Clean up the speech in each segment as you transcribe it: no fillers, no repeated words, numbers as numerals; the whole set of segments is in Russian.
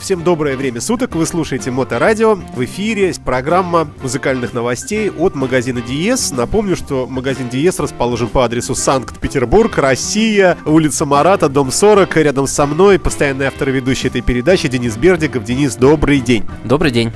Всем доброе время суток, вы слушаете Моторадио. В эфире программа музыкальных новостей от магазина Диез. Напомню, что магазин Диез расположен по адресу Санкт-Петербург, Россия, улица Марата, дом 40. Рядом со мной постоянный автор и ведущий этой передачи Денис Бердиков. Денис, добрый день. Добрый день.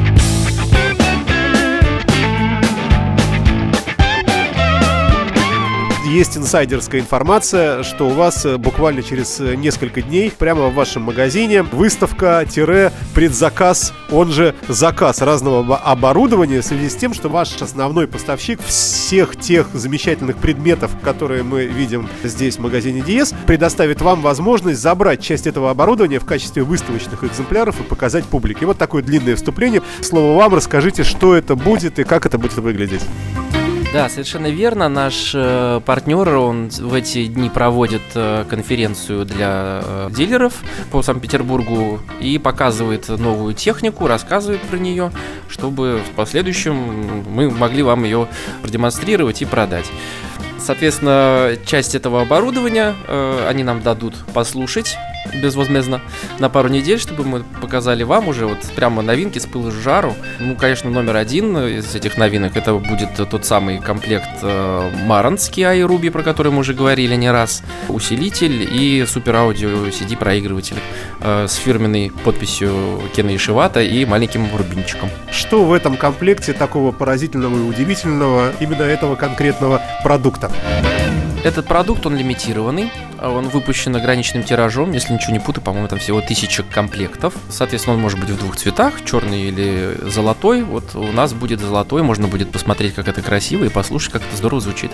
Есть инсайдерская информация, что у вас буквально через несколько дней прямо в вашем магазине выставка-предзаказ, он же заказ разного оборудования, в связи с тем, что ваш основной поставщик всех тех замечательных предметов, которые мы видим здесь в магазине Диез, предоставит вам возможность забрать часть этого оборудования в качестве выставочных экземпляров и показать публике. Вот такое длинное вступление. Слово вам, расскажите, что это будет и как это будет выглядеть. Да, совершенно верно. Наш партнер, он в эти дни проводит конференцию для дилеров по Санкт-Петербургу и показывает новую технику, рассказывает про нее, чтобы в последующем мы могли вам ее продемонстрировать и продать. Соответственно, часть этого оборудования они нам дадут послушать безвозмездно на пару недель, чтобы мы показали вам уже вот прямо новинки с пылу с жару. Ну, конечно, номер один из этих новинок это будет тот самый комплект Marantz iRuby, про который мы уже говорили не раз, усилитель и супер аудио CD проигрыватель с фирменной подписью Кена Ишивата и маленьким рубинчиком. Что в этом комплекте такого поразительного и удивительного именно этого конкретного продукта? Этот продукт, он лимитированный, он выпущен ограниченным тиражом, если ничего не путаю, по-моему, там всего 1000 комплектов. Соответственно, он может быть в двух цветах, черный или золотой. Вот у нас будет золотой, можно будет посмотреть, как это красиво, и послушать, как это здорово звучит.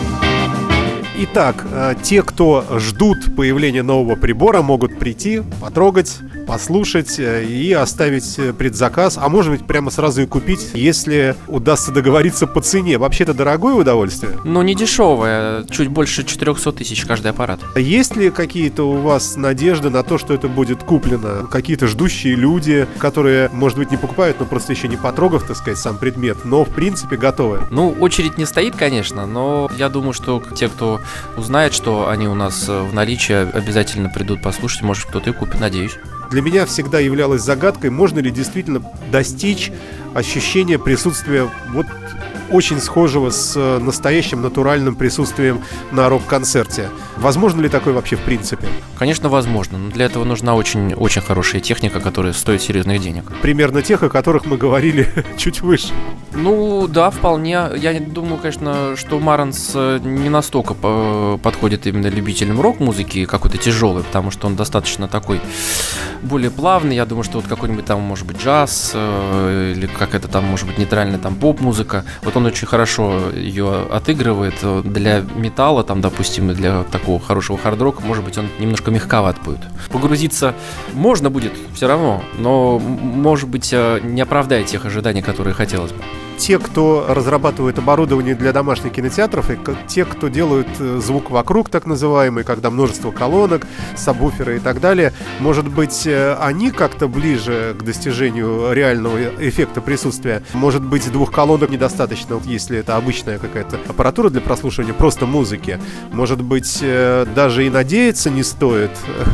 Итак, те, кто ждут появления нового прибора, могут прийти, потрогать, послушать и оставить предзаказ, а может быть прямо сразу и купить, если удастся договориться по цене. Вообще-то дорогое удовольствие? Ну, не дешевое, чуть больше 400 тысяч каждый аппарат. Есть ли какие-то у вас надежды на то, что это будет куплено? Какие-то ждущие люди, которые, может быть, не покупают, но просто еще не потрогав, так сказать, сам предмет, но в принципе готовы? Ну, очередь не стоит, конечно, но я думаю, что те, кто узнает, что они у нас в наличии, обязательно придут послушать, может, кто-то и купит, надеюсь. Для меня всегда являлась загадкой, можно ли действительно достичь ощущения присутствия вот очень схожего с настоящим натуральным присутствием на рок-концерте. Возможно ли такое вообще в принципе? Конечно, возможно, но для этого нужна очень хорошая техника, которая стоит серьезных денег. Примерно тех, о которых мы говорили чуть выше. Ну, да, вполне. Я думаю, конечно, что Marantz не настолько подходит именно любителям рок-музыки, какой-то тяжелый, потому что он достаточно такой более плавный. Я думаю, что вот какой-нибудь там, может быть, джаз, или какая-то там, может быть, нейтральная там поп-музыка. Вот он очень хорошо ее отыгрывает. Для металла, там, допустим, и для такого хорошего хард-рока, может быть, он немножко мягковат будет. Погрузиться можно будет все равно, но, может быть, не оправдает тех ожиданий, которые хотелось бы. Те, кто разрабатывает оборудование для домашних кинотеатров, и те, кто делают звук вокруг, так называемый, когда множество колонок, сабвуферы и так далее, может быть, они как-то ближе к достижению реального эффекта присутствия? Может быть, 2 колонок недостаточно, если это обычная какая-то аппаратура для прослушивания просто музыки? Может быть, даже и надеяться не стоит?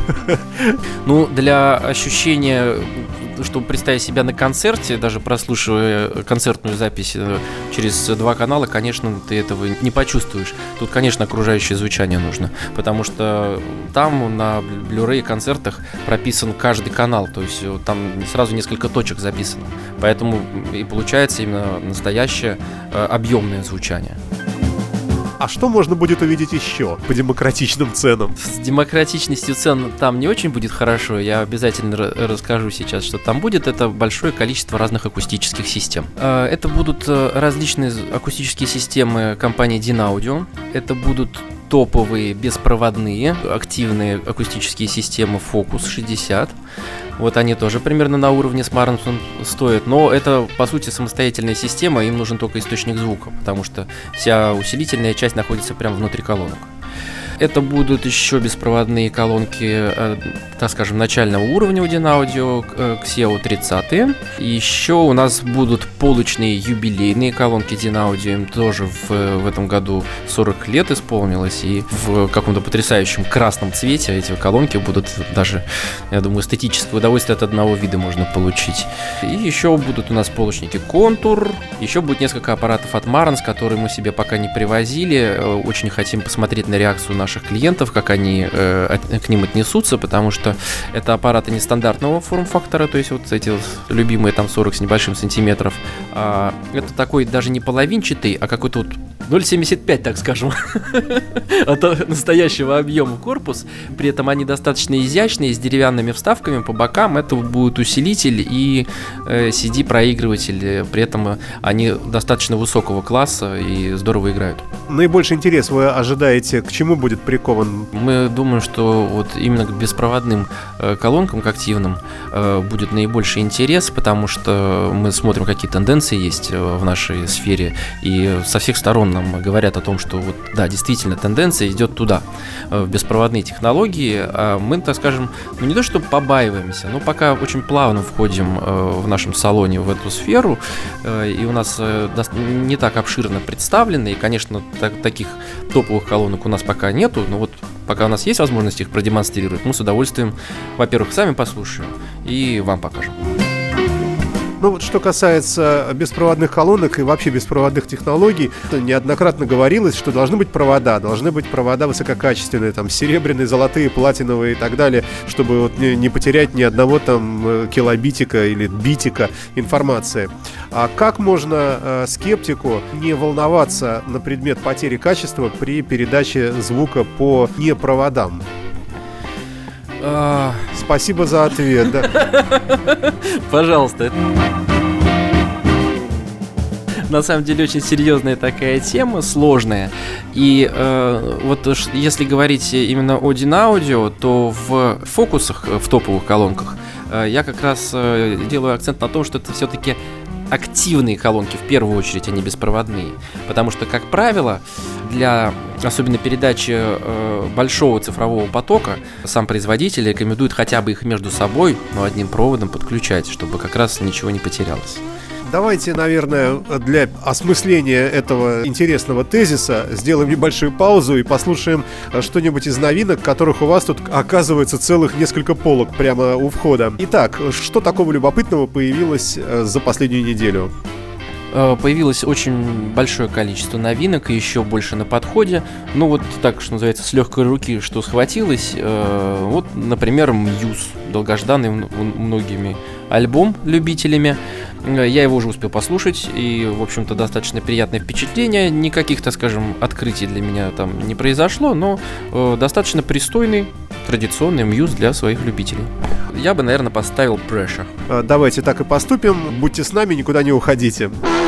Ну, для ощущения, чтобы представить себя на концерте, даже прослушивая концертную запись через 2 канала, конечно, ты этого не почувствуешь. Тут, конечно, окружающее звучание нужно, потому что там на Blu-ray концертах прописан каждый канал, то есть там сразу несколько точек записано, поэтому и получается именно настоящее объемное звучание. А что можно будет увидеть еще по демократичным ценам? С демократичностью цен там не очень будет хорошо. Я обязательно расскажу сейчас, что там будет. Это большое количество разных акустических систем. Это будут различные акустические системы компании Dynaudio. Это будут топовые беспроводные активные акустические системы Focus 60. Вот они тоже примерно на уровне с Marantz стоят, но это, по сути, самостоятельная система, им нужен только источник звука, потому что вся усилительная часть находится прямо внутри колонок. Это будут еще беспроводные колонки, так скажем, начального уровня у Dynaudio, Xevo 30. Еще у нас будут полочные юбилейные колонки Dynaudio. Им тоже в этом году 40 лет исполнилось. И в каком-то потрясающем красном цвете эти колонки будут даже, я думаю, эстетическое удовольствие от одного вида можно получить. И еще будут у нас полочники Contour. Еще будет несколько аппаратов от Marantz, которые мы себе пока не привозили. Очень хотим посмотреть на реакцию наших клиентов, как они к ним отнесутся, потому что это аппараты нестандартного форм-фактора, то есть вот эти вот любимые там 40 с небольшим сантиметров. Это такой даже не половинчатый, а какой-то вот 0,75, так скажем, от настоящего объема корпус. При этом они достаточно изящные, с деревянными вставками по бокам. Это будет усилитель и CD-проигрыватель. При этом они достаточно высокого класса и здорово играют. Наибольший интерес вы ожидаете, к чему будет прикован? Мы думаем, что вот именно к беспроводным колонкам, к активным, будет наибольший интерес, потому что мы смотрим, какие тенденции есть в нашей сфере, и со всех сторон нам говорят о том, что вот, да, действительно, тенденция идет туда, в беспроводные технологии. А мы, так скажем, ну не то что побаиваемся, но пока очень плавно входим в нашем салоне в эту сферу, и у нас не так обширно представлены, и, конечно, таких топовых колонок у нас пока нету, но вот пока у нас есть возможность их продемонстрировать, мы с удовольствием, во-первых, сами послушаем и вам покажем. Ну вот что касается беспроводных колонок и вообще беспроводных технологий, неоднократно говорилось, что должны быть провода высококачественные, там серебряные, золотые, платиновые и так далее, чтобы вот не потерять ни одного там килобитика или битика информации. А как можно скептику не волноваться на предмет потери качества при передаче звука по непроводам? Спасибо за ответ. Да. Пожалуйста. На самом деле очень серьезная такая тема, сложная. И вот если говорить именно о Dynaudio, то в фокусах, в топовых колонках, я как раз делаю акцент на том, что это все-таки активные колонки в первую очередь, а не беспроводные. Потому что, как правило, для особенно передачи большого цифрового потока сам производитель рекомендует хотя бы их между собой, но одним проводом подключать, чтобы как раз ничего не потерялось. Давайте, наверное, для осмысления этого интересного тезиса сделаем небольшую паузу и послушаем что-нибудь из новинок, которых у вас тут оказывается целых несколько полок прямо у входа. Итак, что такого любопытного появилось за последнюю неделю? Появилось очень большое количество новинок и еще больше на подходе. Ну вот так, что называется, с легкой руки, что схватилось. Вот, например, Muse, долгожданный многими альбом любителями. Я его уже успел послушать, и, в общем-то, достаточно приятное впечатление. Никаких, так скажем, открытий для меня там не произошло, но достаточно пристойный, традиционный Muse для своих любителей. Я бы, наверное, поставил Pressure. Давайте так и поступим. Будьте с нами, никуда не уходите.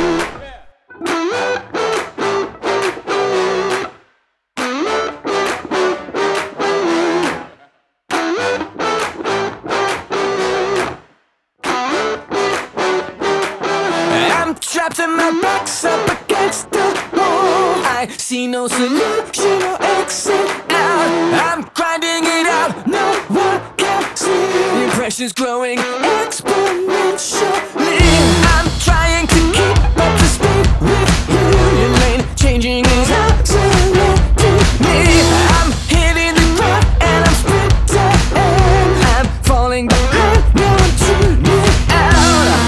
Trapped in my box up against the wall. I see no solution or exit out. I'm grinding it out, no one can see. The pressure's growing exponentially. I'm trying to keep up to speed with you. Your lane changing is accelerating me. I'm hitting the ground and I'm sprinting. I'm falling behind, now I'm tuning out.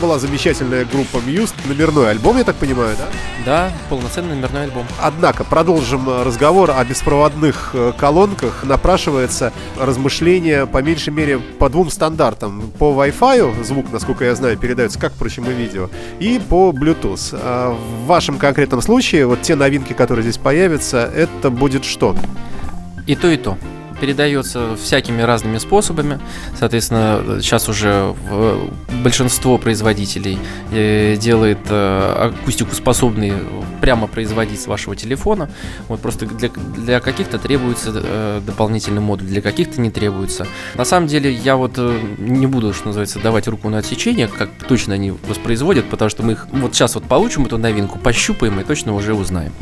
была замечательная группа Muse. Номерной альбом, я так понимаю, да? Да, полноценный номерной альбом. Однако, продолжим разговор о беспроводных колонках. Напрашивается размышление, по меньшей мере, по двум стандартам. По Wi-Fi звук, насколько я знаю, передается, как, впрочем, и видео, и по Bluetooth. В вашем конкретном случае, вот те новинки, которые здесь появятся, это будет что? И то, и то. Передается всякими разными способами. Соответственно, сейчас уже большинство производителей делает акустику способной прямо производить с вашего телефона. Вот просто для каких-то требуется дополнительный модуль, для каких-то не требуется. На самом деле я вот не буду, что называется, давать руку на отсечение, как точно они воспроизводят, потому что мы их вот сейчас вот получим эту новинку, пощупаем и точно уже узнаем.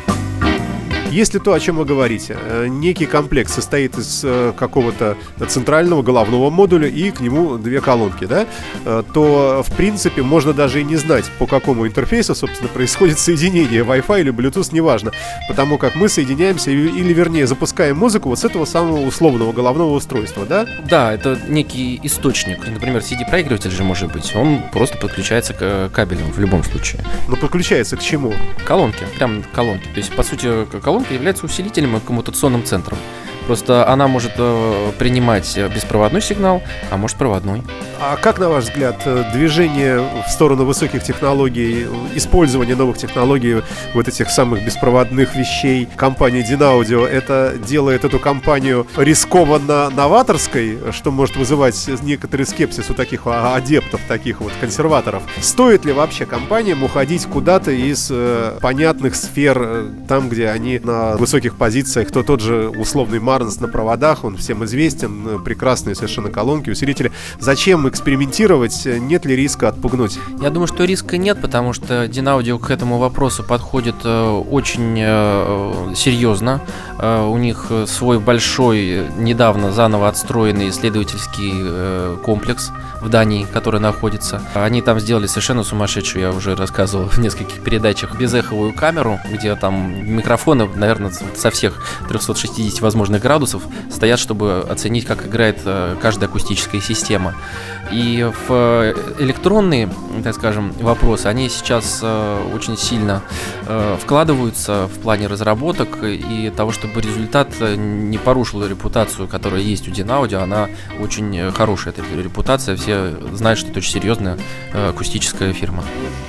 Если то, о чем вы говорите, некий комплект состоит из какого-то центрального головного модуля и к нему две колонки, да, то, в принципе, можно даже и не знать, по какому интерфейсу, собственно, происходит соединение, Wi-Fi или Bluetooth, неважно, потому как мы соединяемся или, вернее, запускаем музыку вот с этого самого условного головного устройства, да? Да, это некий источник. Например, CD-проигрыватель же может быть, он просто подключается к кабелям в любом случае. Но подключается к чему? Колонки, прям колонки. То есть, по сути, колонка является усилителем и коммутационным центром. Просто она может принимать беспроводной сигнал, а может проводной. А как, на ваш взгляд, движение в сторону высоких технологий, использование новых технологий вот этих самых беспроводных вещей компании Dynaudio, это делает эту компанию рискованно новаторской, что может вызывать некоторый скепсис у таких адептов, таких вот консерваторов? Стоит ли вообще компаниям уходить куда-то из понятных сфер, там, где они на высоких позициях, тот же условный Марнс на проводах, он всем известен, прекрасные совершенно колонки, усилители. Зачем экспериментировать? Нет ли риска отпугнуть? Я думаю, что риска нет, потому что Dynaudio к этому вопросу подходит очень серьезно. У них свой большой, недавно заново отстроенный исследовательский комплекс в Дании, который находится. Они там сделали совершенно сумасшедшую, я уже рассказывал в нескольких передачах, безэховую камеру, где там микрофоны, наверное, со всех 360 возможных градусов стоят, чтобы оценить, как играет каждая акустическая система. И в электронные, так скажем, вопросы, они сейчас очень сильно вкладываются в плане разработок и того, чтобы результат не порушил репутацию, которая есть у Dynaudio. Она очень хорошая, эта репутация. Все знают, что это очень серьезная акустическая фирма.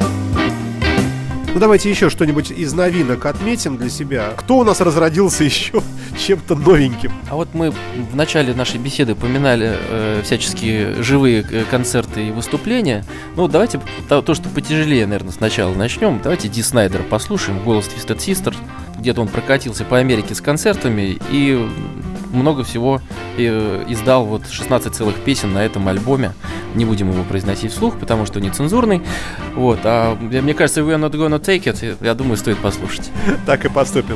Ну, давайте еще что-нибудь из новинок отметим для себя. Кто у нас разродился еще чем-то новеньким? А вот мы в начале нашей беседы упоминали всяческие живые концерты и выступления. Ну, давайте то, что потяжелее, наверное, сначала начнем. Давайте Ди Снайдера послушаем, голос Twisted Sister. Где-то он прокатился по Америке с концертами и много всего издал, вот 16 целых песен на этом альбоме. Не будем его произносить вслух, потому что нецензурный. Вот, а мне кажется, We're Not Gonna Take It, я думаю, стоит послушать. Так и поступим.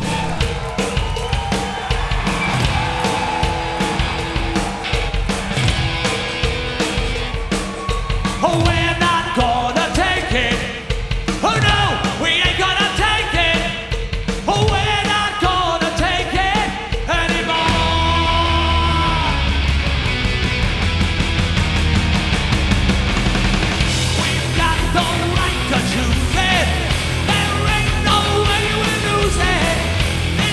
Don't right to choose it. There ain't no way we lose it.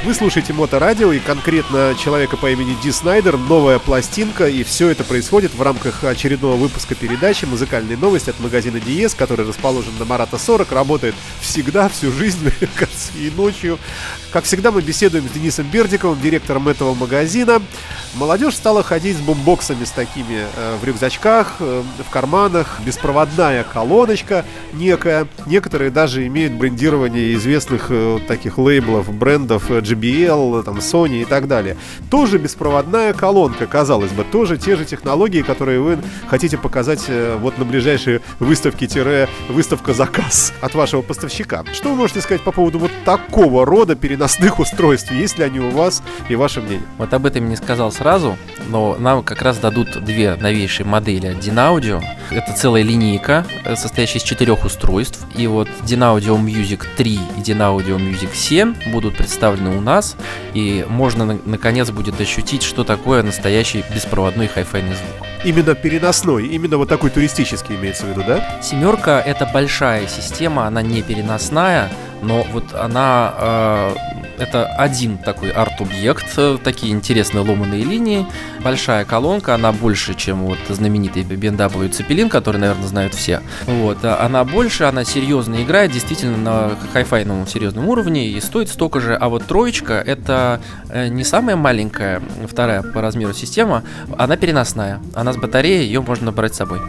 Вы слушаете Моторадио, и конкретно человека по имени Ди Снайдер, новая пластинка, и все это происходит в рамках очередного выпуска передачи «Музыкальные новости» от магазина Диез, который расположен на Марата 40, работает всегда, всю жизнь, мне кажется, и ночью. Как всегда, мы беседуем с Денисом Бердиковым, директором этого магазина. Молодежь стала ходить с бумбоксами с такими в рюкзачках, в карманах, беспроводная колоночка некая. Некоторые даже имеют брендирование известных таких лейблов, брендов JBL, там, Sony и так далее. Тоже беспроводная колонка, казалось бы, тоже те же технологии, которые вы хотите показать вот на ближайшей выставке заказ от вашего поставщика. Что вы можете сказать по поводу вот такого рода переносных устройств? Есть ли они у вас и ваше мнение? Вот об этом я не сказал сразу, но нам как раз дадут две новейшие модели от Dynaudio. Это целая линейка, состоящая из 4 устройств. И вот Dynaudio Music 3 и Dynaudio Music 7 будут представлены у нас. И можно, наконец, будет ощутить, что такое настоящий беспроводной хай-файный звук. Именно переносной, именно вот такой туристический имеется в виду, да? 7 — это большая система, она не переносная, но вот она... Это один такой арт-объект, такие интересные ломаные линии, большая колонка, она больше, чем вот знаменитый BMW Zeppelin, который, наверное, знают все. Вот, она больше, она серьезно играет, действительно на хай-файном серьезном уровне и стоит столько же. А вот троечка — это не самая маленькая, вторая по размеру система, она переносная, она с батареей, ее можно брать с собой.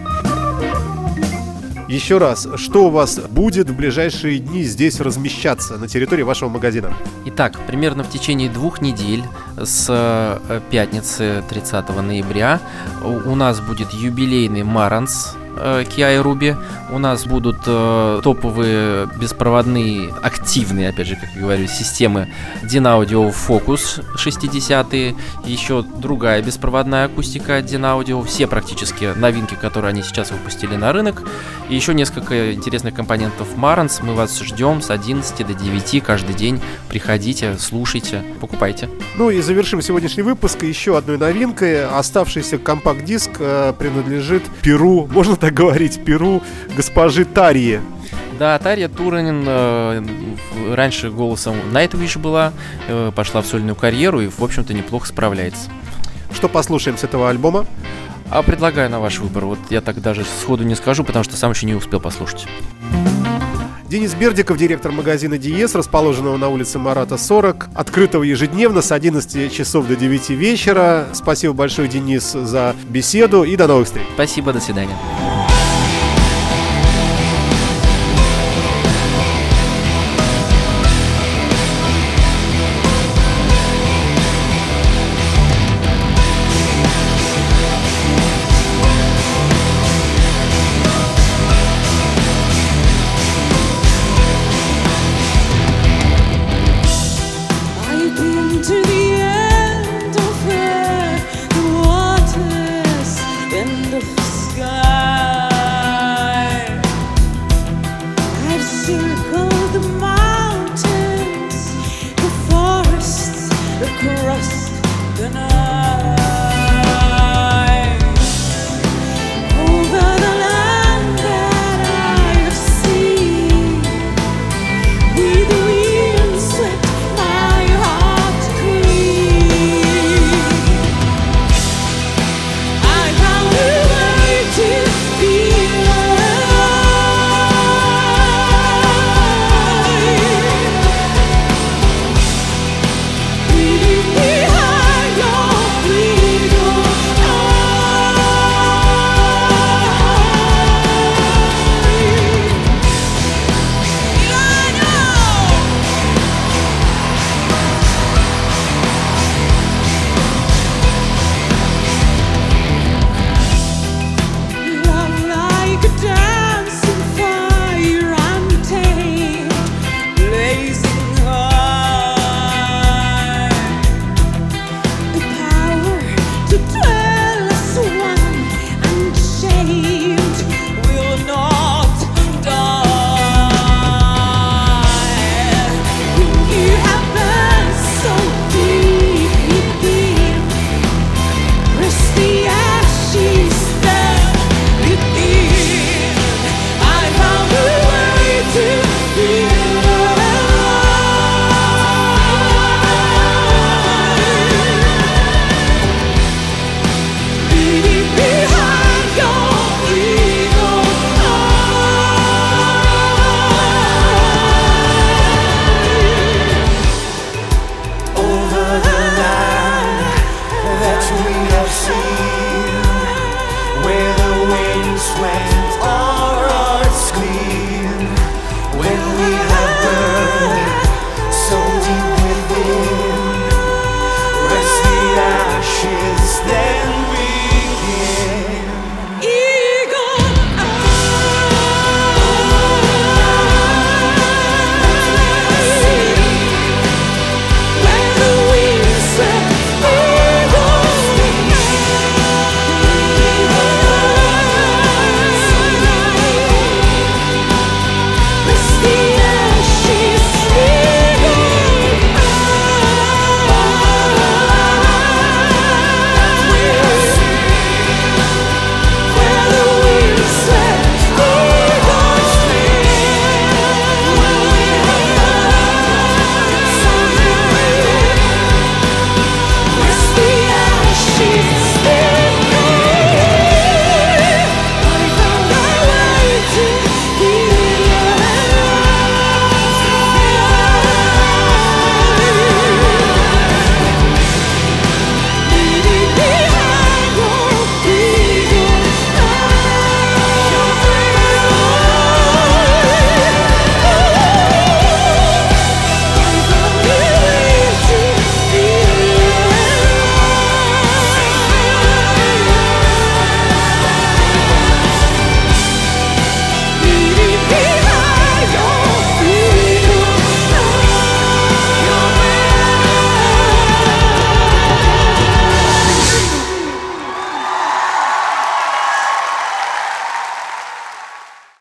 Еще раз, что у вас будет в ближайшие дни здесь размещаться на территории вашего магазина? Итак, примерно в течение 2 недель с пятницы 30 ноября у нас будет юбилейный Marantz Kia и Ruby. У нас будут топовые беспроводные, активные, опять же, как я говорю, системы Dynaudio Focus 60-е, еще другая беспроводная акустика от Dynaudio, все практически новинки, которые они сейчас выпустили на рынок, и еще несколько интересных компонентов Marantz. Мы вас ждем с 11 до 9 каждый день. Приходите, слушайте, покупайте. Ну и завершим сегодняшний выпуск еще одной новинкой. Оставшийся компакт-диск принадлежит перу, можно так говорить, перу госпожи Тарьи. Да, Тарья Туранин раньше голосом Nightwish была, пошла в сольную карьеру и, в общем-то, неплохо справляется. Что послушаем с этого альбома? А предлагаю на ваш выбор. Вот я так даже сходу не скажу, потому что сам еще не успел послушать. Денис Бердиков, директор магазина Диез, расположенного на улице Марата 40, открытого ежедневно с 11 часов до 9 вечера. Спасибо большое, Денис, за беседу и до новых встреч. Спасибо, до свидания. Across the night.